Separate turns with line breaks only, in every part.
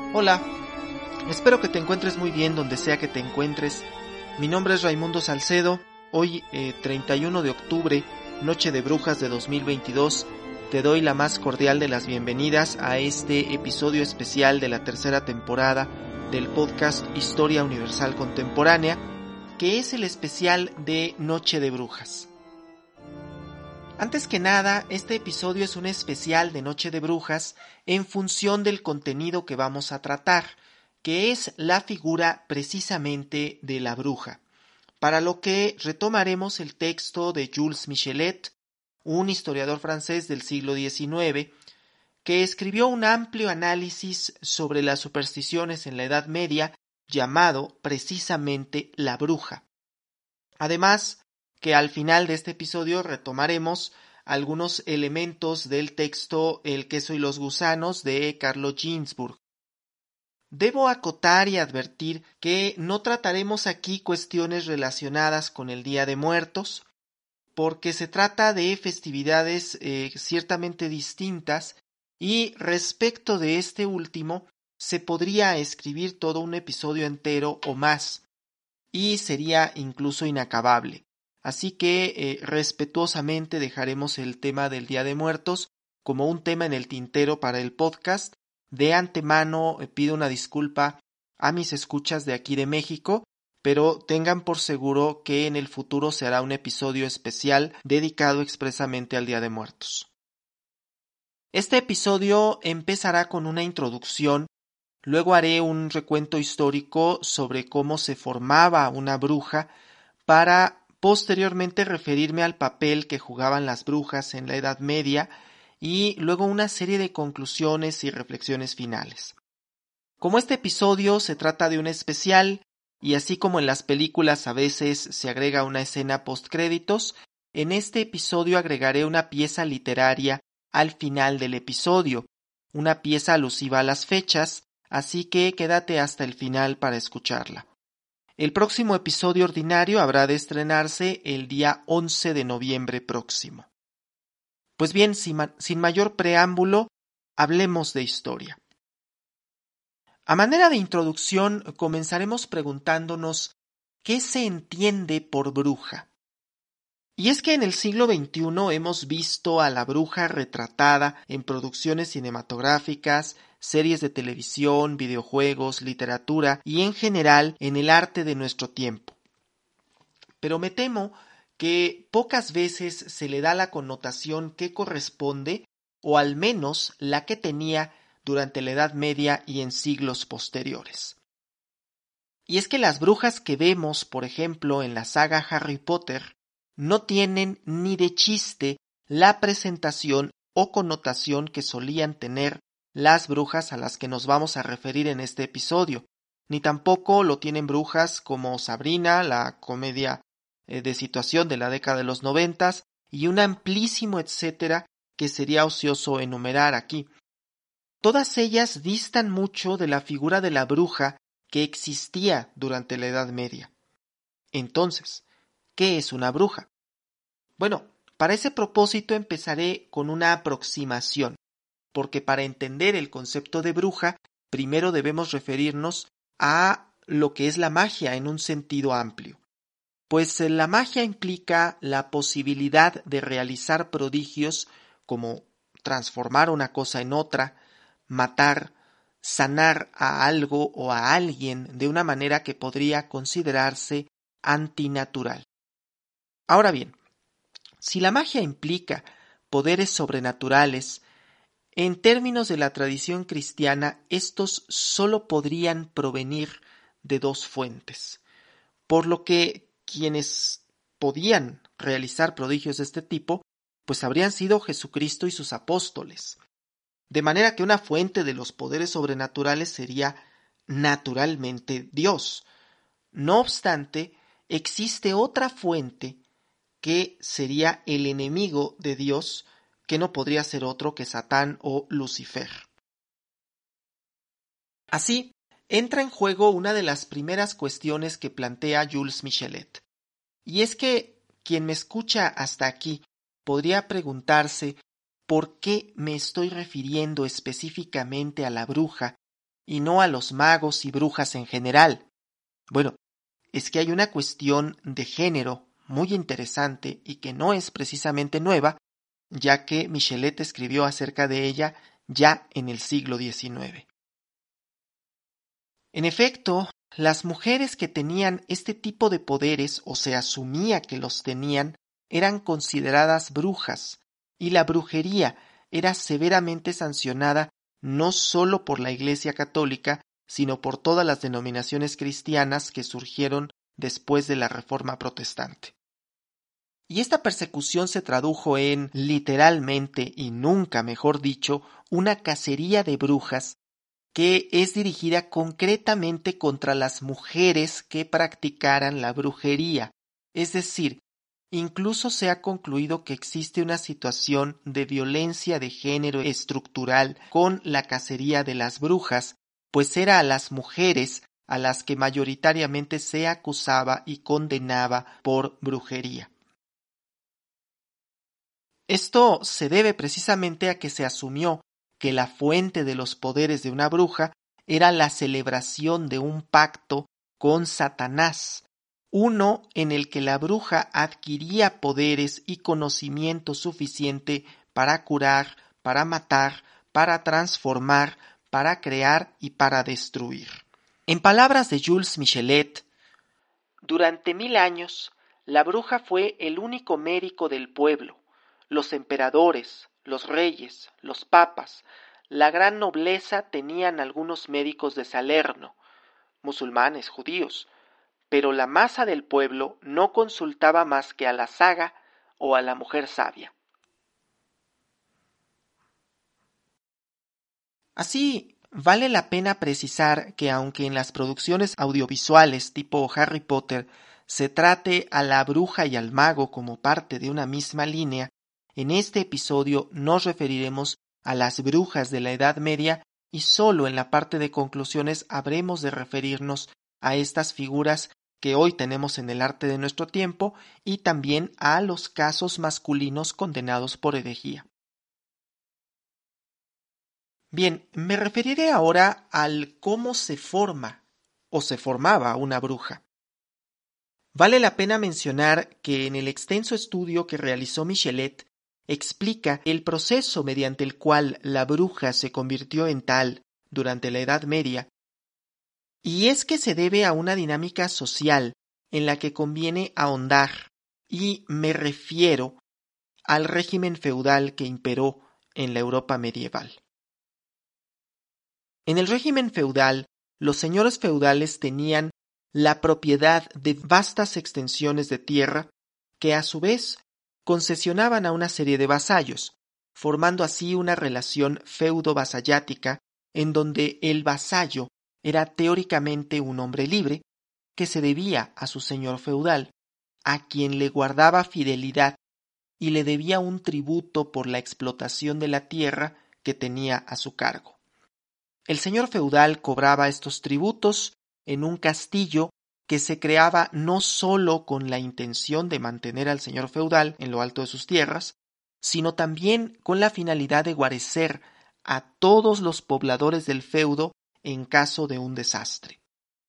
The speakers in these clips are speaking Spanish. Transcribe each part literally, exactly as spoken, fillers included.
Hola, espero que te encuentres muy bien donde sea que te encuentres. Mi nombre es Raimundo Salcedo. Hoy, eh, treinta y uno de octubre, Noche de Brujas de dos mil veintidós, te doy la más cordial de las bienvenidas a este episodio especial de la tercera temporada del podcast Historia Universal Contemporánea, que es el especial de Noche de Brujas. Antes que nada, este episodio es un especial de Noche de Brujas en función del contenido que vamos a tratar, que es la figura precisamente de la bruja, para lo que retomaremos el texto de Jules Michelet, un historiador francés del siglo diecinueve, que escribió un amplio análisis sobre las supersticiones en la Edad Media, llamado precisamente La Bruja. Además, que al final de este episodio retomaremos algunos elementos del texto El queso y los gusanos de Carlo Ginzburg. Debo acotar y advertir que no trataremos aquí cuestiones relacionadas con el Día de Muertos, porque se trata de festividades eh, ciertamente distintas y respecto de este último se podría escribir todo un episodio entero o más y sería incluso inacabable. Así que eh, respetuosamente dejaremos el tema del Día de Muertos como un tema en el tintero para el podcast. De antemano eh, pido una disculpa a mis escuchas de aquí de México, pero tengan por seguro que en el futuro se hará un episodio especial dedicado expresamente al Día de Muertos. Este episodio empezará con una introducción, luego haré un recuento histórico sobre cómo se formaba una bruja para posteriormente referirme al papel que jugaban las brujas en la Edad Media y luego una serie de conclusiones y reflexiones finales. Como este episodio se trata de un especial y así como en las películas a veces se agrega una escena postcréditos, en este episodio agregaré una pieza literaria al final del episodio, una pieza alusiva a las fechas, así que quédate hasta el final para escucharla. El próximo episodio ordinario habrá de estrenarse el día once de noviembre próximo. Pues bien, sin, ma- sin mayor preámbulo, hablemos de historia. A manera de introducción, comenzaremos preguntándonos ¿qué se entiende por bruja? Y es que en el siglo veintiuno hemos visto a la bruja retratada en producciones cinematográficas, series de televisión, videojuegos, literatura y en general en el arte de nuestro tiempo. Pero me temo que pocas veces se le da la connotación que corresponde, o al menos la que tenía durante la Edad Media y en siglos posteriores. Y es que las brujas que vemos, por ejemplo, en la saga Harry Potter, no tienen ni de chiste la presentación o connotación que solían tener las brujas a las que nos vamos a referir en este episodio, ni tampoco lo tienen brujas como Sabrina, la comedia eh, de situación de la década de los noventas, y un amplísimo etcétera que sería ocioso enumerar aquí. Todas ellas distan mucho de la figura de la bruja que existía durante la Edad Media. Entonces, ¿qué es una bruja? Bueno, para ese propósito empezaré con una aproximación, porque para entender el concepto de bruja, primero debemos referirnos a lo que es la magia en un sentido amplio. Pues la magia implica la posibilidad de realizar prodigios como transformar una cosa en otra, matar, sanar a algo o a alguien de una manera que podría considerarse antinatural. Ahora bien, si la magia implica poderes sobrenaturales, en términos de la tradición cristiana, estos sólo podrían provenir de dos fuentes, por lo que quienes podían realizar prodigios de este tipo, pues habrían sido Jesucristo y sus apóstoles. De manera que una fuente de los poderes sobrenaturales sería naturalmente Dios. No obstante, existe otra fuente que sería el enemigo de Dios, que no podría ser otro que Satán o Lucifer. Así, entra en juego una de las primeras cuestiones que plantea Jules Michelet, y es que quien me escucha hasta aquí podría preguntarse ¿por qué me estoy refiriendo específicamente a la bruja y no a los magos y brujas en general? Bueno, es que hay una cuestión de género muy interesante y que no es precisamente nueva, ya que Michelet escribió acerca de ella ya en el siglo diecinueve. En efecto, las mujeres que tenían este tipo de poderes, o se asumía que los tenían, eran consideradas brujas, y la brujería era severamente sancionada no solo por la Iglesia Católica, sino por todas las denominaciones cristianas que surgieron después de la Reforma Protestante. Y esta persecución se tradujo en, literalmente y nunca mejor dicho, una cacería de brujas que es dirigida concretamente contra las mujeres que practicaran la brujería. Es decir, incluso se ha concluido que existe una situación de violencia de género estructural con la cacería de las brujas, pues era a las mujeres a las que mayoritariamente se acusaba y condenaba por brujería. Esto se debe precisamente a que se asumió que la fuente de los poderes de una bruja era la celebración de un pacto con Satanás, uno en el que la bruja adquiría poderes y conocimiento suficiente para curar, para matar, para transformar, para crear y para destruir. En palabras de Jules Michelet, durante mil años, la bruja fue el único médico del pueblo. Los emperadores, los reyes, los papas, la gran nobleza tenían algunos médicos de Salerno, musulmanes, judíos, pero la masa del pueblo no consultaba más que a la saga o a la mujer sabia. Así, vale la pena precisar que aunque en las producciones audiovisuales tipo Harry Potter se trate a la bruja y al mago como parte de una misma línea, en este episodio nos referiremos a las brujas de la Edad Media y solo en la parte de conclusiones habremos de referirnos a estas figuras que hoy tenemos en el arte de nuestro tiempo y también a los casos masculinos condenados por herejía. Bien, me referiré ahora al cómo se forma o se formaba una bruja. Vale la pena mencionar que en el extenso estudio que realizó Michelet explica el proceso mediante el cual la bruja se convirtió en tal durante la Edad Media, y es que se debe a una dinámica social en la que conviene ahondar, y me refiero al régimen feudal que imperó en la Europa medieval. En el régimen feudal, los señores feudales tenían la propiedad de vastas extensiones de tierra que a su vez concesionaban a una serie de vasallos, formando así una relación feudo-vasallática en donde el vasallo era teóricamente un hombre libre que se debía a su señor feudal, a quien le guardaba fidelidad y le debía un tributo por la explotación de la tierra que tenía a su cargo. El señor feudal cobraba estos tributos en un castillo que se creaba no sólo con la intención de mantener al señor feudal en lo alto de sus tierras, sino también con la finalidad de guarecer a todos los pobladores del feudo en caso de un desastre.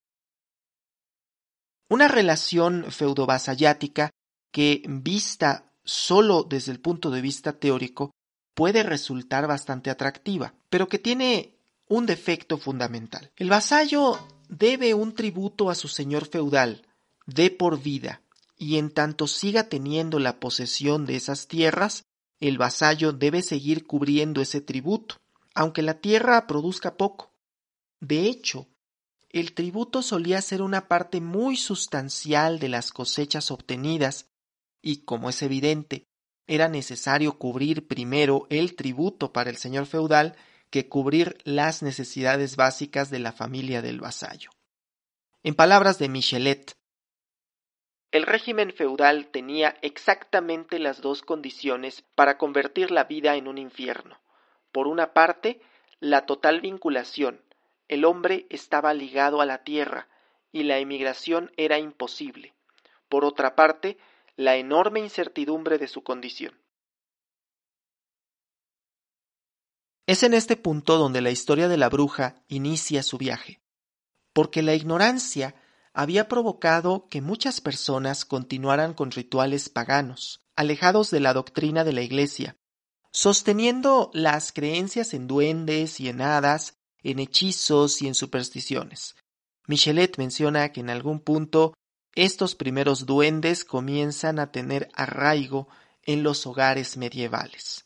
Una relación feudo-vasallática que, vista solo desde el punto de vista teórico, puede resultar bastante atractiva, pero que tiene un defecto fundamental. El vasallo debe un tributo a su señor feudal de por vida, y en tanto siga teniendo la posesión de esas tierras, el vasallo debe seguir cubriendo ese tributo, aunque la tierra produzca poco. De hecho, el tributo solía ser una parte muy sustancial de las cosechas obtenidas, y como es evidente, era necesario cubrir primero el tributo para el señor feudal que cubrir las necesidades básicas de la familia del vasallo. En palabras de Michelet, el régimen feudal tenía exactamente las dos condiciones para convertir la vida en un infierno. Por una parte, la total vinculación. El hombre estaba ligado a la tierra y la emigración era imposible. Por otra parte, la enorme incertidumbre de su condición. Es en este punto donde la historia de la bruja inicia su viaje, porque la ignorancia había provocado que muchas personas continuaran con rituales paganos, alejados de la doctrina de la Iglesia, sosteniendo las creencias en duendes y en hadas, en hechizos y en supersticiones. Michelet menciona que en algún punto estos primeros duendes comienzan a tener arraigo en los hogares medievales.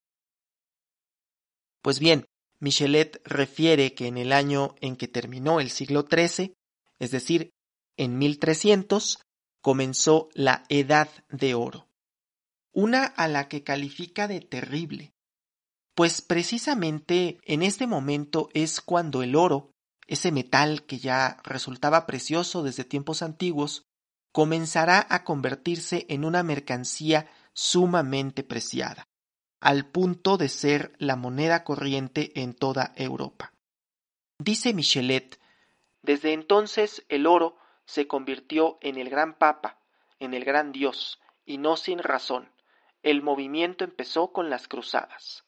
Pues bien, Michelet refiere que en el año en que terminó el siglo trece, es decir, en mil trescientos, comenzó la Edad de Oro, una a la que califica de terrible, pues precisamente en este momento es cuando el oro, ese metal que ya resultaba precioso desde tiempos antiguos, comenzará a convertirse en una mercancía sumamente preciada, al punto de ser la moneda corriente en toda Europa. Dice Michelet, desde entonces el oro se convirtió en el gran papa, en el gran dios, y no sin razón. El movimiento empezó con las cruzadas.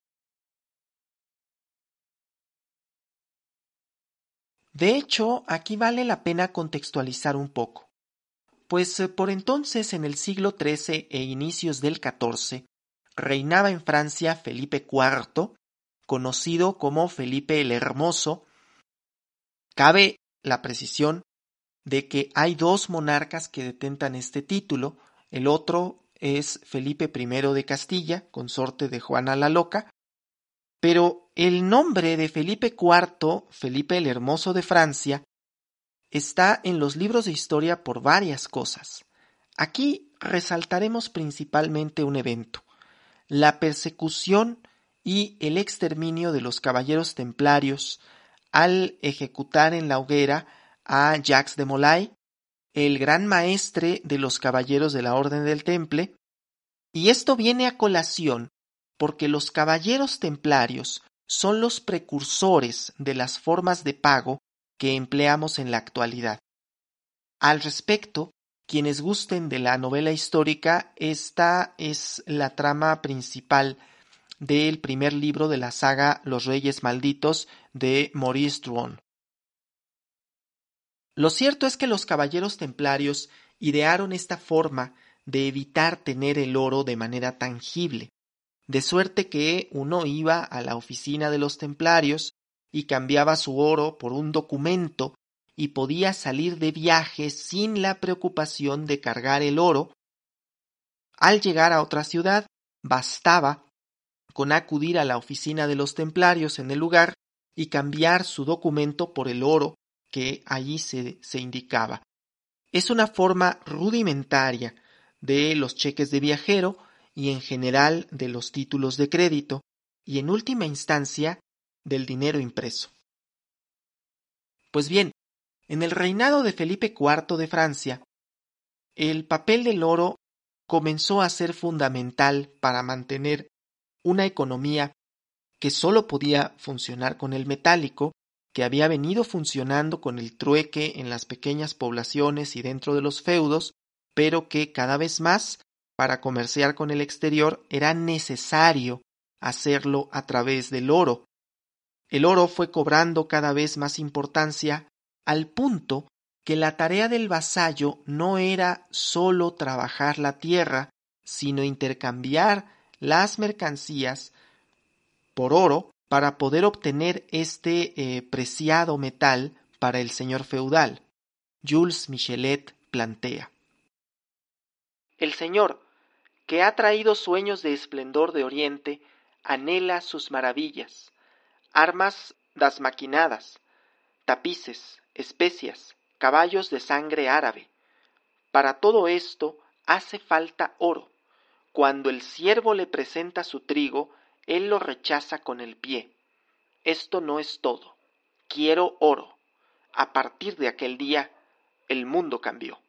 De hecho, aquí vale la pena contextualizar un poco, pues por entonces en el siglo trece e inicios del catorce, reinaba en Francia Felipe cuarto, conocido como Felipe el Hermoso. Cabe la precisión de que hay dos monarcas que detentan este título, el otro es Felipe primero de Castilla, consorte de Juana la Loca, pero el nombre de Felipe cuarto, Felipe el Hermoso de Francia, está en los libros de historia por varias cosas. Aquí resaltaremos principalmente un evento, la persecución y el exterminio de los caballeros templarios al ejecutar en la hoguera a Jacques de Molay, el gran maestre de los caballeros de la Orden del Temple, y esto viene a colación porque los caballeros templarios son los precursores de las formas de pago que empleamos en la actualidad. Al respecto, quienes gusten de la novela histórica, esta es la trama principal del primer libro de la saga Los Reyes Malditos de Maurice Druon. Lo cierto es que los caballeros templarios idearon esta forma de evitar tener el oro de manera tangible, de suerte que uno iba a la oficina de los templarios y cambiaba su oro por un documento y podía salir de viaje sin la preocupación de cargar el oro. Al llegar a otra ciudad, bastaba con acudir a la oficina de los templarios en el lugar y cambiar su documento por el oro que allí se, se indicaba. Es una forma rudimentaria de los cheques de viajero y en general de los títulos de crédito y en última instancia del dinero impreso. Pues bien, en el reinado de Felipe cuarto de Francia, el papel del oro comenzó a ser fundamental para mantener una economía que sólo podía funcionar con el metálico, que había venido funcionando con el trueque en las pequeñas poblaciones y dentro de los feudos, pero que cada vez más, para comerciar con el exterior, era necesario hacerlo a través del oro. El oro fue cobrando cada vez más importancia al punto que la tarea del vasallo no era sólo trabajar la tierra, sino intercambiar las mercancías por oro para poder obtener este eh, preciado metal para el señor feudal. Jules Michelet plantea: el señor, que ha traído sueños de esplendor de Oriente, anhela sus maravillas, armas das maquinadas, tapices, especias, caballos de sangre árabe. Para todo esto hace falta oro. Cuando el siervo le presenta su trigo, él lo rechaza con el pie. Esto no es todo. Quiero oro. A partir de aquel día, el mundo cambió.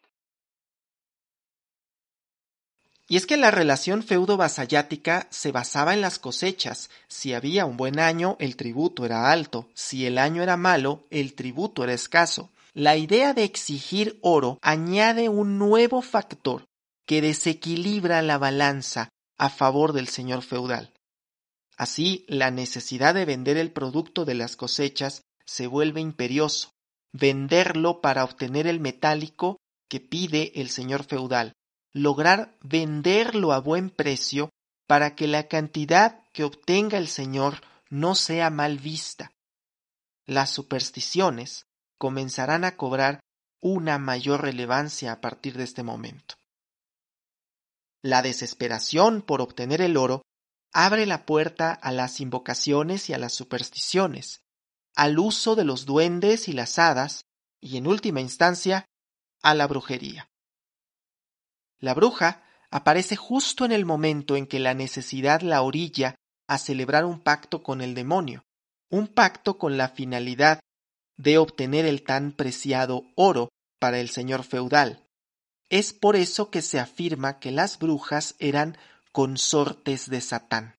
Y es que la relación feudo-vasallática se basaba en las cosechas. Si había un buen año, el tributo era alto. Si el año era malo, el tributo era escaso. La idea de exigir oro añade un nuevo factor que desequilibra la balanza a favor del señor feudal. Así, la necesidad de vender el producto de las cosechas se vuelve imperioso, venderlo para obtener el metálico que pide el señor feudal, lograr venderlo a buen precio para que la cantidad que obtenga el señor no sea mal vista. Las supersticiones comenzarán a cobrar una mayor relevancia a partir de este momento. La desesperación por obtener el oro abre la puerta a las invocaciones y a las supersticiones, al uso de los duendes y las hadas, y en última instancia, a la brujería. La bruja aparece justo en el momento en que la necesidad la orilla a celebrar un pacto con el demonio, un pacto con la finalidad de obtener el tan preciado oro para el señor feudal. Es por eso que se afirma que las brujas eran consortes de Satán.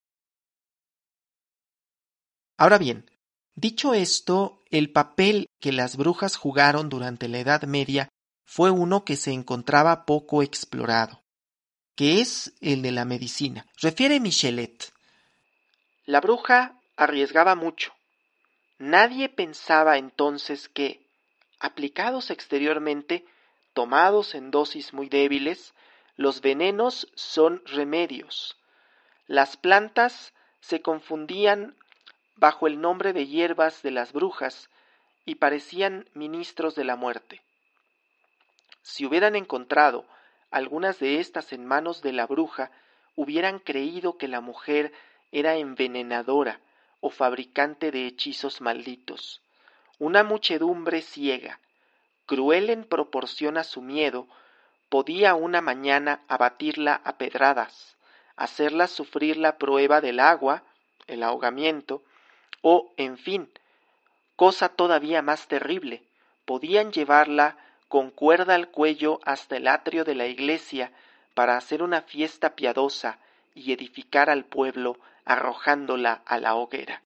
Ahora bien, dicho esto, el papel que las brujas jugaron durante la Edad Media fue uno que se encontraba poco explorado, que es el de la medicina. Refiere Michelet: la bruja arriesgaba mucho. Nadie pensaba entonces que, aplicados exteriormente, tomados en dosis muy débiles, los venenos son remedios. Las plantas se confundían bajo el nombre de hierbas de las brujas y parecían ministros de la muerte. Si hubieran encontrado algunas de estas en manos de la bruja, hubieran creído que la mujer era envenenadora o fabricante de hechizos malditos. Una muchedumbre ciega, cruel en proporción a su miedo, podía una mañana abatirla a pedradas, hacerla sufrir la prueba del agua, el ahogamiento, o, en fin, cosa todavía más terrible, podían llevarla con cuerda al cuello hasta el atrio de la iglesia para hacer una fiesta piadosa y edificar al pueblo arrojándola a la hoguera.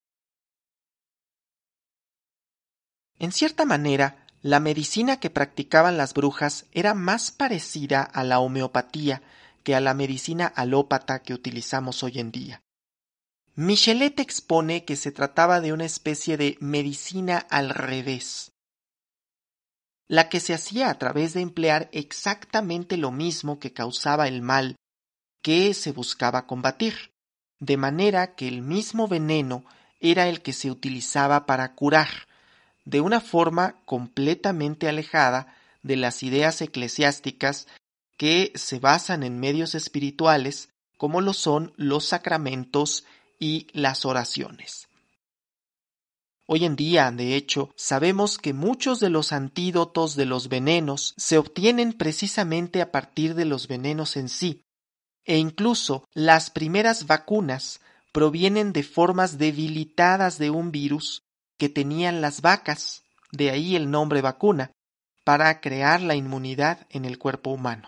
En cierta manera, la medicina que practicaban las brujas era más parecida a la homeopatía que a la medicina alópata que utilizamos hoy en día. Michelet expone que se trataba de una especie de medicina al revés, la que se hacía a través de emplear exactamente lo mismo que causaba el mal que se buscaba combatir, de manera que el mismo veneno era el que se utilizaba para curar, de una forma completamente alejada de las ideas eclesiásticas que se basan en medios espirituales como lo son los sacramentos y las oraciones. Hoy en día, de hecho, sabemos que muchos de los antídotos de los venenos se obtienen precisamente a partir de los venenos en sí, e incluso las primeras vacunas provienen de formas debilitadas de un virus que tenían las vacas, de ahí el nombre vacuna, para crear la inmunidad en el cuerpo humano.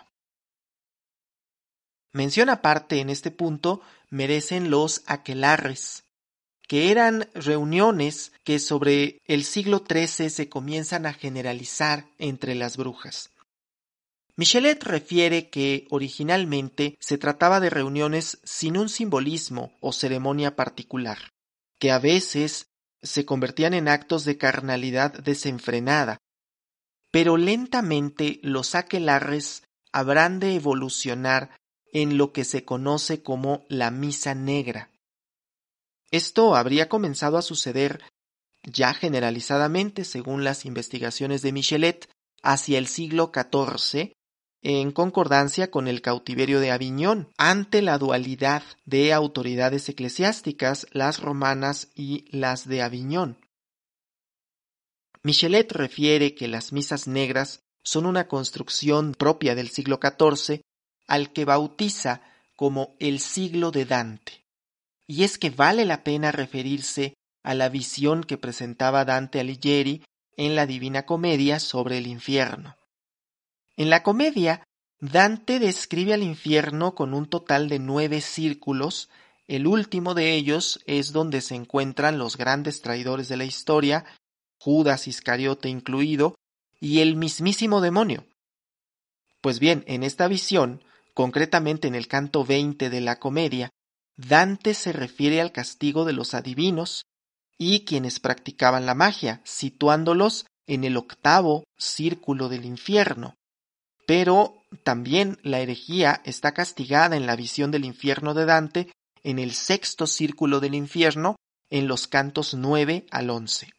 Mención aparte en este punto merecen los aquelarres, que eran reuniones que sobre el siglo trece se comienzan a generalizar entre las brujas. Michelet refiere que originalmente se trataba de reuniones sin un simbolismo o ceremonia particular, que a veces se convertían en actos de carnalidad desenfrenada, pero lentamente los aquelarres habrán de evolucionar en lo que se conoce como la misa negra. Esto habría comenzado a suceder ya generalizadamente, según las investigaciones de Michelet, hacia el siglo catorce, en concordancia con el cautiverio de Aviñón, ante la dualidad de autoridades eclesiásticas, las romanas y las de Aviñón. Michelet refiere que las misas negras son una construcción propia del siglo catorce, al que bautiza como el siglo de Dante. Y es que vale la pena referirse a la visión que presentaba Dante Alighieri en la Divina Comedia sobre el infierno. En la comedia, Dante describe al infierno con un total de nueve círculos. El último de ellos es donde se encuentran los grandes traidores de la historia, Judas Iscariote incluido, y el mismísimo demonio. Pues bien, en esta visión, concretamente en el canto veinte de la comedia, Dante se refiere al castigo de los adivinos y quienes practicaban la magia, situándolos en el octavo círculo del infierno. Pero también la herejía está castigada en la visión del infierno de Dante en el sexto círculo del infierno, en los cantos nueve al once.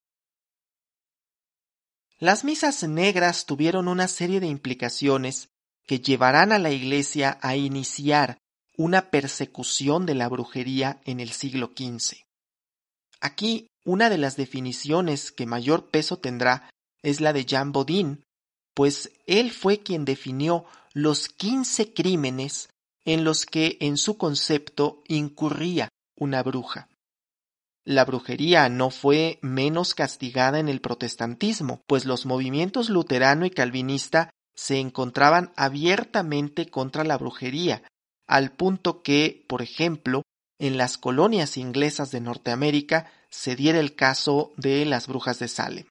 Las misas negras tuvieron una serie de implicaciones que llevarán a la Iglesia a iniciar una persecución de la brujería en el siglo quince. Aquí, una de las definiciones que mayor peso tendrá es la de Jean Bodin, pues él fue quien definió los quince crímenes en los que en su concepto incurría una bruja. La brujería no fue menos castigada en el protestantismo, pues los movimientos luterano y calvinista se encontraban abiertamente contra la brujería, al punto que, por ejemplo, en las colonias inglesas de Norteamérica se diera el caso de las brujas de Salem.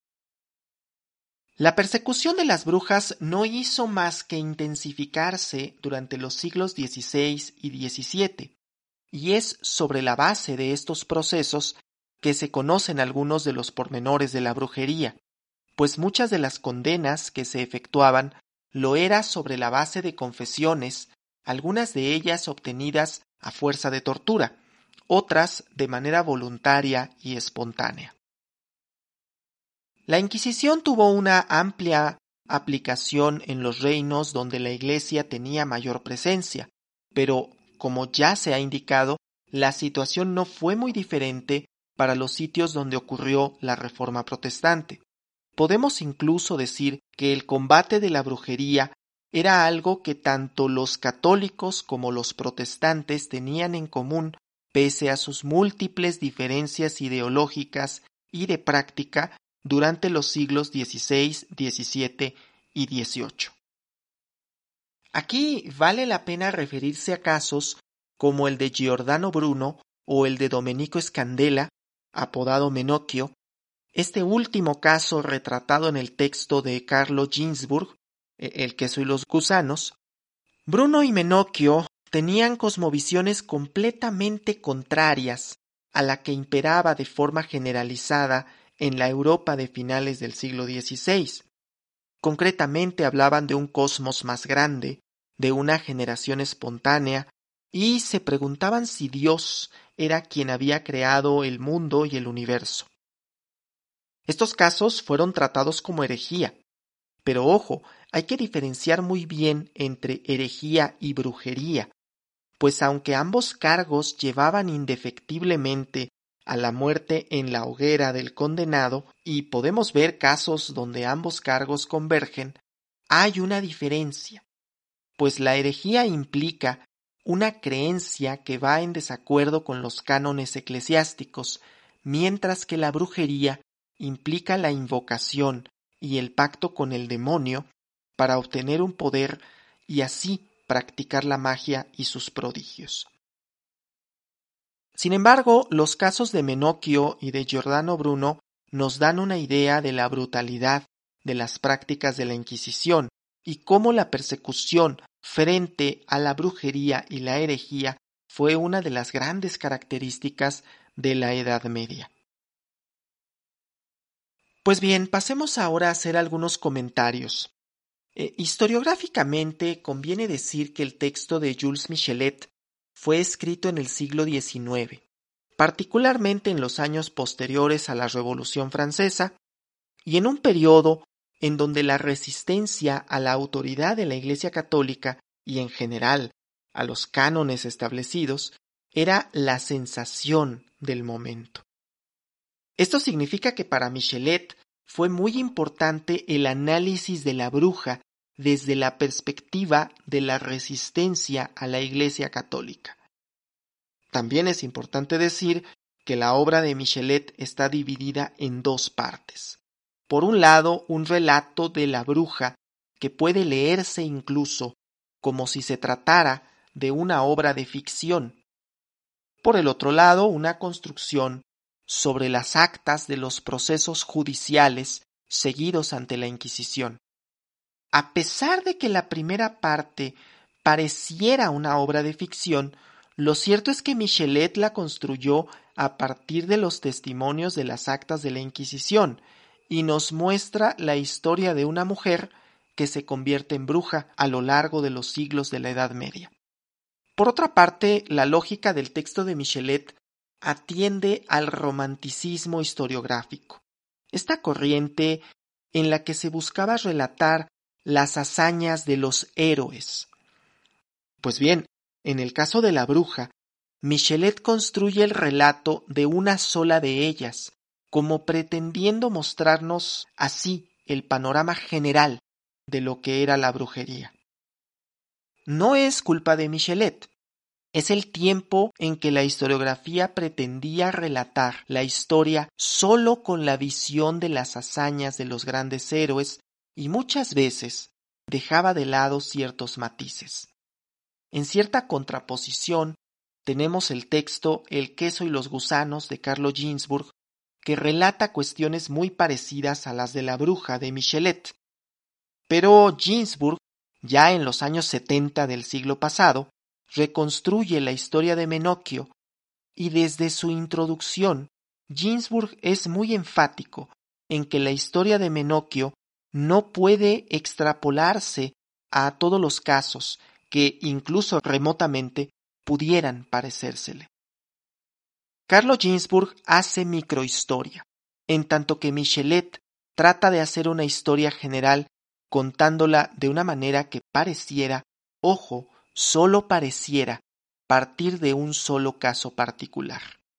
La persecución de las brujas no hizo más que intensificarse durante los siglos dieciséis y diecisiete, y es sobre la base de estos procesos que se conocen algunos de los pormenores de la brujería, pues muchas de las condenas que se efectuaban lo era sobre la base de confesiones, algunas de ellas obtenidas a fuerza de tortura, otras de manera voluntaria y espontánea. La Inquisición tuvo una amplia aplicación en los reinos donde la Iglesia tenía mayor presencia, pero, como ya se ha indicado, la situación no fue muy diferente para los sitios donde ocurrió la Reforma Protestante. Podemos incluso decir que el combate de la brujería era algo que tanto los católicos como los protestantes tenían en común, pese a sus múltiples diferencias ideológicas y de práctica durante los siglos dieciséis, diecisiete y dieciocho. Aquí vale la pena referirse a casos como el de Giordano Bruno o el de Domenico Scandella, apodado Menocchio, este último caso retratado en el texto de Carlo Ginzburg, El queso y los gusanos. Bruno y Menocchio tenían cosmovisiones completamente contrarias a la que imperaba de forma generalizada en la Europa de finales del siglo dieciséis. Concretamente hablaban de un cosmos más grande, de una generación espontánea, y se preguntaban si Dios era quien había creado el mundo y el universo. Estos casos fueron tratados como herejía, pero ojo, hay que diferenciar muy bien entre herejía y brujería, pues aunque ambos cargos llevaban indefectiblemente a la muerte en la hoguera del condenado, y podemos ver casos donde ambos cargos convergen, hay una diferencia, pues la herejía implica una creencia que va en desacuerdo con los cánones eclesiásticos, mientras que la brujería implica la invocación y el pacto con el demonio para obtener un poder y así practicar la magia y sus prodigios. Sin embargo, los casos de Menocchio y de Giordano Bruno nos dan una idea de la brutalidad de las prácticas de la Inquisición y cómo la persecución frente a la brujería y la herejía fue una de las grandes características de la Edad Media. Pues bien, pasemos ahora a hacer algunos comentarios. Eh, historiográficamente conviene decir que el texto de Jules Michelet fue escrito en el siglo diecinueve, particularmente en los años posteriores a la Revolución Francesa, y en un periodo en donde la resistencia a la autoridad de la Iglesia Católica y en general a los cánones establecidos era la sensación del momento. Esto significa que para Michelet fue muy importante el análisis de la bruja desde la perspectiva de la resistencia a la Iglesia Católica. También es importante decir que la obra de Michelet está dividida en dos partes. Por un lado, un relato de la bruja que puede leerse incluso como si se tratara de una obra de ficción. Por el otro lado, una construcción sobre las actas de los procesos judiciales seguidos ante la Inquisición. A pesar de que la primera parte pareciera una obra de ficción, Lo cierto es que Michelet la construyó a partir de los testimonios de las actas de la Inquisición y nos muestra la historia de una mujer que se convierte en bruja a lo largo de los siglos de la Edad Media. Por otra parte, la lógica del texto de Michelet atiende al romanticismo historiográfico, esta corriente en la que se buscaba relatar las hazañas de los héroes. Pues bien, en el caso de la bruja, Michelet construye el relato de una sola de ellas, como pretendiendo mostrarnos así el panorama general de lo que era la brujería. No es culpa de Michelet, es el tiempo en que la historiografía pretendía relatar la historia solo con la visión de las hazañas de los grandes héroes y muchas veces dejaba de lado ciertos matices. En cierta contraposición tenemos el texto El queso y los gusanos de Carlo Ginzburg, que relata cuestiones muy parecidas a las de la bruja de Michelet. Pero Ginzburg, ya en los años setenta del siglo pasado, reconstruye la historia de Menocchio y desde su introducción, Ginzburg es muy enfático en que la historia de Menocchio no puede extrapolarse a todos los casos que incluso remotamente pudieran parecérsele. Carlo Ginzburg hace microhistoria, en tanto que Michelet trata de hacer una historia general contándola de una manera que pareciera, ojo, solo pareciera, partir de un solo caso particular.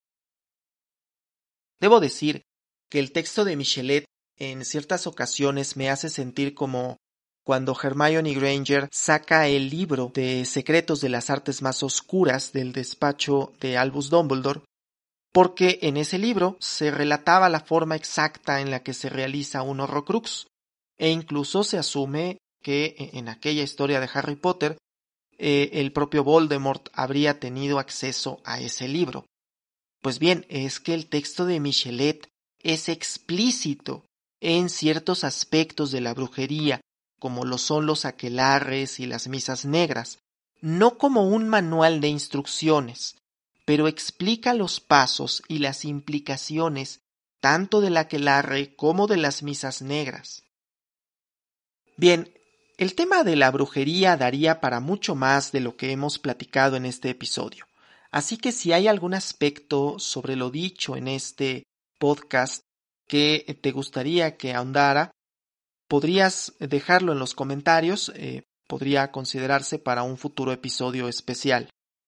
Debo decir que el texto de Michelet en ciertas ocasiones me hace sentir como cuando Hermione Granger saca el libro de secretos de las artes más oscuras del despacho de Albus Dumbledore, porque en ese libro se relataba la forma exacta en la que se realiza un Horrocrux, e incluso se asume que en aquella historia de Harry Potter eh, el propio Voldemort habría tenido acceso a ese libro. Pues bien, es que el texto de Michelet es explícito en ciertos aspectos de la brujería, como lo son los aquelarres y las misas negras, no como un manual de instrucciones, pero explica los pasos y las implicaciones tanto del aquelarre como de las misas negras. Bien, el tema de la brujería daría para mucho más de lo que hemos platicado en este episodio, así que si hay algún aspecto sobre lo dicho en este podcast que te gustaría que ahondara, podrías dejarlo en los comentarios, eh, podría considerarse para un futuro episodio especial.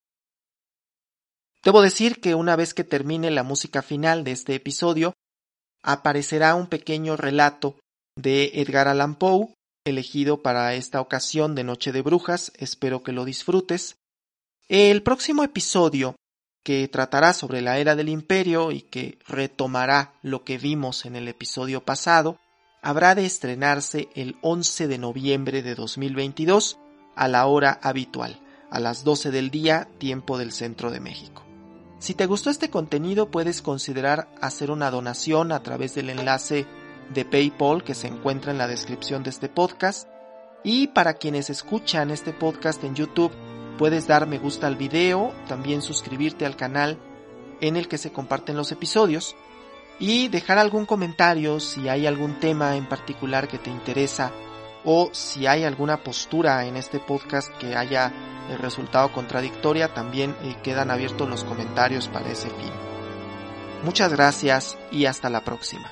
Debo decir que una vez que termine la música final de este episodio, aparecerá un pequeño relato de Edgar Allan Poe, elegido para esta ocasión de Noche de Brujas. Espero que lo disfrutes. El próximo episodio, que tratará sobre la Era del Imperio y que retomará lo que vimos en el episodio pasado, habrá de estrenarse el once de noviembre de dos mil veintidós a la hora habitual, a las doce del día, tiempo del centro de México. Si te gustó este contenido, puedes considerar hacer una donación a través del enlace de PayPal que se encuentra en la descripción de este podcast. Y para quienes escuchan este podcast en YouTube, puedes dar me gusta al video, también suscribirte al canal en el que se comparten los episodios y dejar algún comentario si hay algún tema en particular que te interesa o si hay alguna postura en este podcast que haya resultado contradictoria. También eh, quedan abiertos los comentarios para ese fin. Muchas gracias y hasta la próxima.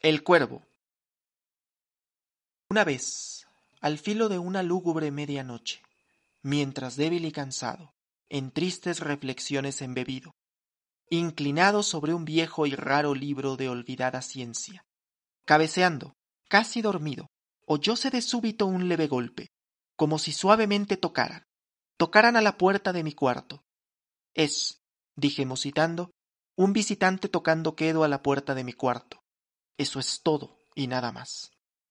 El cuervo. Una vez, al filo de una lúgubre medianoche, mientras débil y cansado, en tristes reflexiones embebido, inclinado sobre un viejo y raro libro de olvidada ciencia, cabeceando, casi dormido, oyóse de súbito un leve golpe, como si suavemente tocaran, tocaran a la puerta de mi cuarto. Es, dije musitando, un visitante tocando quedo a la puerta de mi cuarto. Eso es todo y nada más.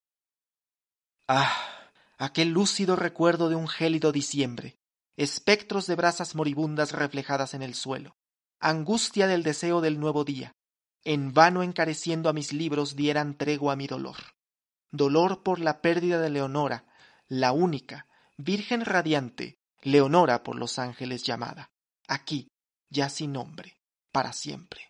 Ah, aquel lúcido recuerdo de un gélido diciembre, espectros de brasas moribundas reflejadas en el suelo, angustia del deseo del nuevo día, en vano encareciendo a mis libros dieran tregua a mi dolor. Dolor por la pérdida de Leonora, la única, virgen radiante, Leonora por los ángeles llamada, aquí, ya sin nombre, para siempre.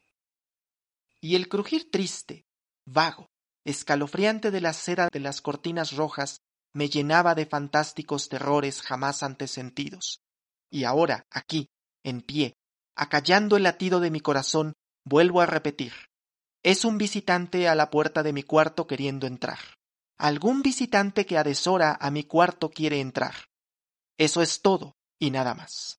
Y el crujir triste, vago, escalofriante de la seda de las cortinas rojas me llenaba de fantásticos terrores jamás antes sentidos. Y ahora, aquí, en pie, acallando el latido de mi corazón, vuelvo a repetir. Es un visitante a la puerta de mi cuarto queriendo entrar. Algún visitante que a deshora a mi cuarto quiere entrar. Eso es todo y nada más.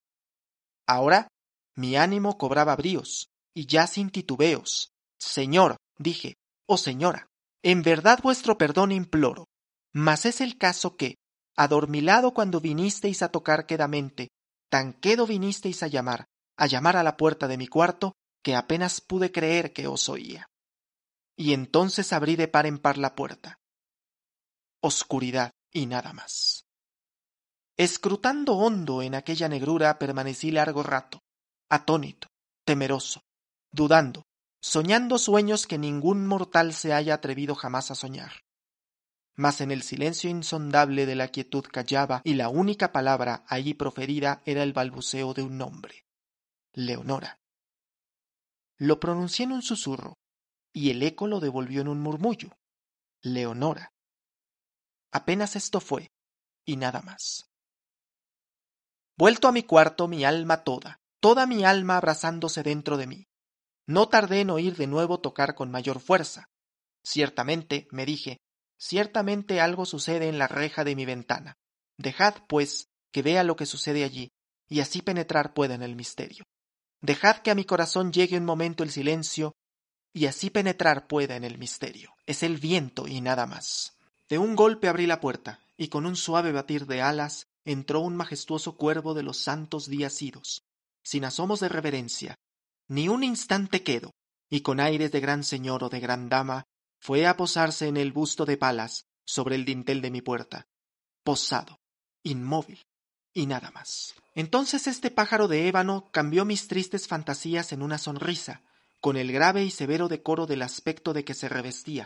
Ahora mi ánimo cobraba bríos, y ya sin titubeos. Señor, dije, oh señora, en verdad vuestro perdón imploro, mas es el caso que, adormilado cuando vinisteis a tocar quedamente, tan quedo vinisteis a llamar, a llamar a la puerta de mi cuarto, que apenas pude creer que os oía. Y entonces abrí de par en par la puerta. Oscuridad y nada más. Escrutando hondo en aquella negrura permanecí largo rato, atónito, temeroso, dudando, soñando sueños que ningún mortal se haya atrevido jamás a soñar. Mas en el silencio insondable de la quietud callaba y la única palabra allí proferida era el balbuceo de un nombre. Leonora. Lo pronuncié en un susurro y el eco lo devolvió en un murmullo. Leonora. Apenas esto fue y nada más. Vuelto a mi cuarto, mi alma toda, toda mi alma abrazándose dentro de mí. No tardé en oír de nuevo tocar con mayor fuerza. Ciertamente, me dije, ciertamente algo sucede en la reja de mi ventana. Dejad, pues, que vea lo que sucede allí, y así penetrar pueda en el misterio. Dejad que a mi corazón llegue un momento el silencio, y así penetrar pueda en el misterio. Es el viento y nada más. De un golpe abrí la puerta, y con un suave batir de alas entró un majestuoso cuervo de los santos días idos, sin asomos de reverencia, ni un instante quedo, y con aires de gran señor o de gran dama, fue a posarse en el busto de Palas sobre el dintel de mi puerta, posado, inmóvil, y nada más. Entonces este pájaro de ébano cambió mis tristes fantasías en una sonrisa, con el grave y severo decoro del aspecto de que se revestía.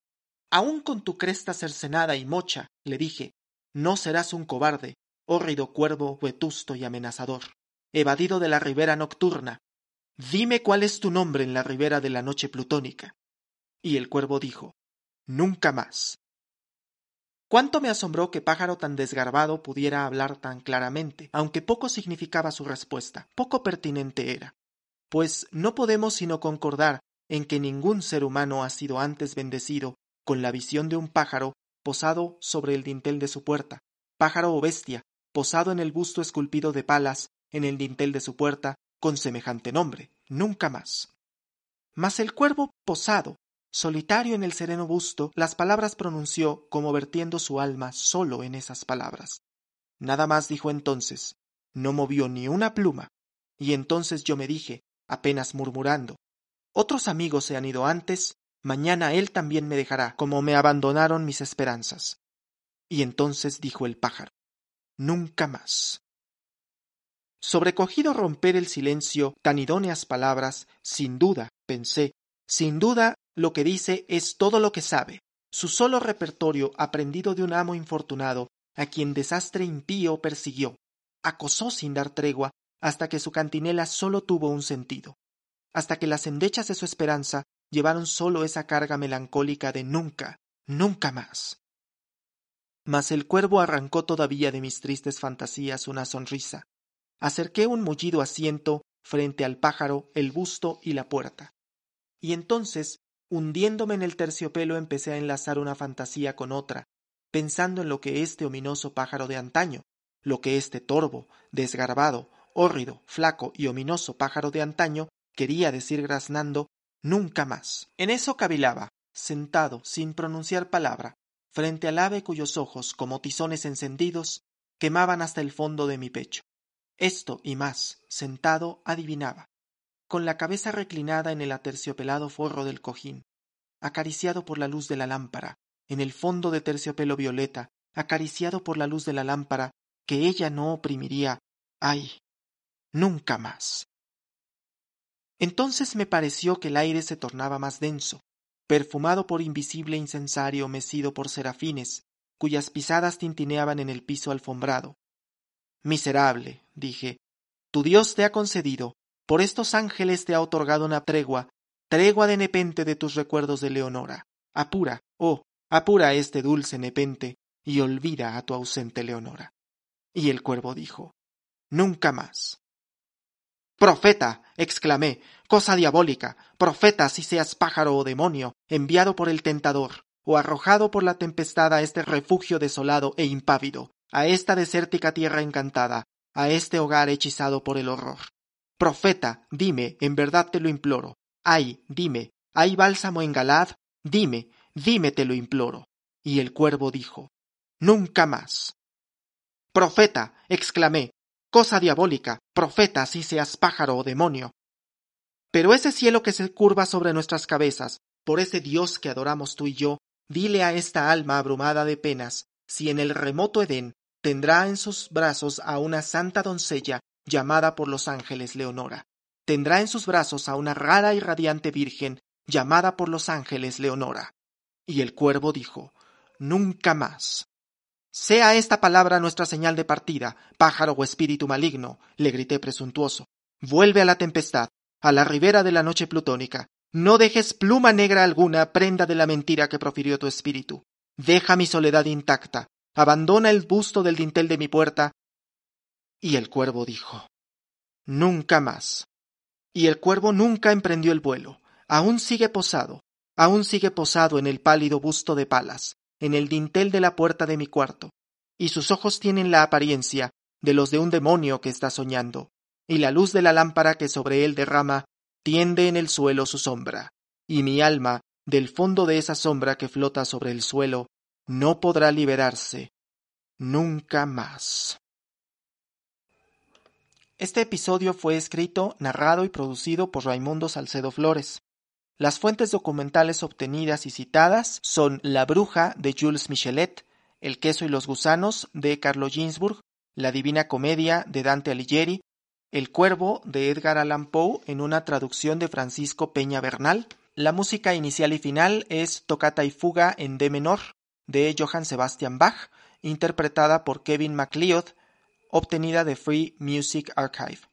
Aún con tu cresta cercenada y mocha, le dije, no serás un cobarde, hórrido cuervo vetusto y amenazador, evadido de la ribera nocturna. Dime cuál es tu nombre en la ribera de la noche plutónica. Y el cuervo dijo, nunca más. Cuánto me asombró que pájaro tan desgarbado pudiera hablar tan claramente, aunque poco significaba su respuesta, poco pertinente era. Pues no podemos sino concordar en que ningún ser humano ha sido antes bendecido con la visión de un pájaro posado sobre el dintel de su puerta, pájaro o bestia, posado en el busto esculpido de Palas en el dintel de su puerta, con semejante nombre, nunca más. Mas el cuervo posado, solitario en el sereno busto, las palabras pronunció como vertiendo su alma solo en esas palabras. Nada más dijo entonces, no movió ni una pluma, y entonces yo me dije, apenas murmurando, otros amigos se han ido antes, mañana él también me dejará, como me abandonaron mis esperanzas. Y entonces dijo el pájaro, nunca más. Sobrecogido romper el silencio tan idóneas palabras, sin duda, pensé, sin duda lo que dice es todo lo que sabe, su solo repertorio aprendido de un amo infortunado, a quien desastre impío persiguió, acosó sin dar tregua, hasta que su cantinela solo tuvo un sentido, hasta que las endechas de su esperanza llevaron solo esa carga melancólica de nunca, nunca más. Mas el cuervo arrancó todavía de mis tristes fantasías una sonrisa. Acerqué un mullido asiento frente al pájaro, el busto y la puerta. Y entonces Hundiéndome en el terciopelo empecé a enlazar una fantasía con otra, pensando en lo que este ominoso pájaro de antaño, lo que este torvo, desgarbado, hórrido, flaco y ominoso pájaro de antaño quería decir graznando nunca más. En eso cavilaba, sentado, sin pronunciar palabra, frente al ave cuyos ojos, como tizones encendidos, quemaban hasta el fondo de mi pecho. Esto y más, sentado, adivinaba, con la cabeza reclinada en el aterciopelado forro del cojín, acariciado por la luz de la lámpara, en el fondo de terciopelo violeta, acariciado por la luz de la lámpara, que ella no oprimiría, ¡ay!, nunca más. Entonces me pareció que el aire se tornaba más denso, perfumado por invisible incensario mecido por serafines, cuyas pisadas tintineaban en el piso alfombrado. Miserable, dije, tu Dios te ha concedido, por estos ángeles te ha otorgado una tregua, tregua de nepente de tus recuerdos de Leonora. Apura, oh, apura este dulce nepente, y olvida a tu ausente Leonora. Y el cuervo dijo, nunca más. Profeta, exclamé, cosa diabólica, profeta si seas pájaro o demonio, enviado por el tentador, o arrojado por la tempestad a este refugio desolado e impávido, a esta desértica tierra encantada, a este hogar hechizado por el horror. Profeta, dime, en verdad te lo imploro. Ay, dime, ¿hay bálsamo en Galad? Dime, dime te lo imploro. Y el cuervo dijo, nunca más. Profeta, exclamé, cosa diabólica, profeta si seas pájaro o demonio. Pero ese cielo que se curva sobre nuestras cabezas, por ese Dios que adoramos tú y yo, dile a esta alma abrumada de penas, si en el remoto Edén tendrá en sus brazos a una santa doncella llamada por los ángeles Leonora. Tendrá en sus brazos a una rara y radiante virgen llamada por los ángeles Leonora. Y el cuervo dijo, nunca más. Sea esta palabra nuestra señal de partida, pájaro o espíritu maligno, le grité presuntuoso. Vuelve a la tempestad, a la ribera de la noche plutónica. No dejes pluma negra alguna prenda de la mentira que profirió tu espíritu. Deja mi soledad intacta. Abandona el busto del dintel de mi puerta. Y el cuervo dijo, nunca más. Y el cuervo nunca emprendió el vuelo. Aún sigue posado, aún sigue posado en el pálido busto de Palas, en el dintel de la puerta de mi cuarto, y sus ojos tienen la apariencia de los de un demonio que está soñando, y la luz de la lámpara que sobre él derrama tiende en el suelo su sombra, y mi alma, del fondo de esa sombra que flota sobre el suelo, no podrá liberarse nunca más. Este episodio fue escrito, narrado y producido por Raimundo Salcedo Flores. Las fuentes documentales obtenidas y citadas son La bruja de Jules Michelet, El queso y los gusanos de Carlo Ginzburg, La divina comedia de Dante Alighieri, El cuervo de Edgar Allan Poe en una traducción de Francisco Peña Bernal. La música inicial y final es Toccata y fuga en D menor de Johann Sebastian Bach, interpretada por Kevin MacLeod, obtenida de Free Music Archive.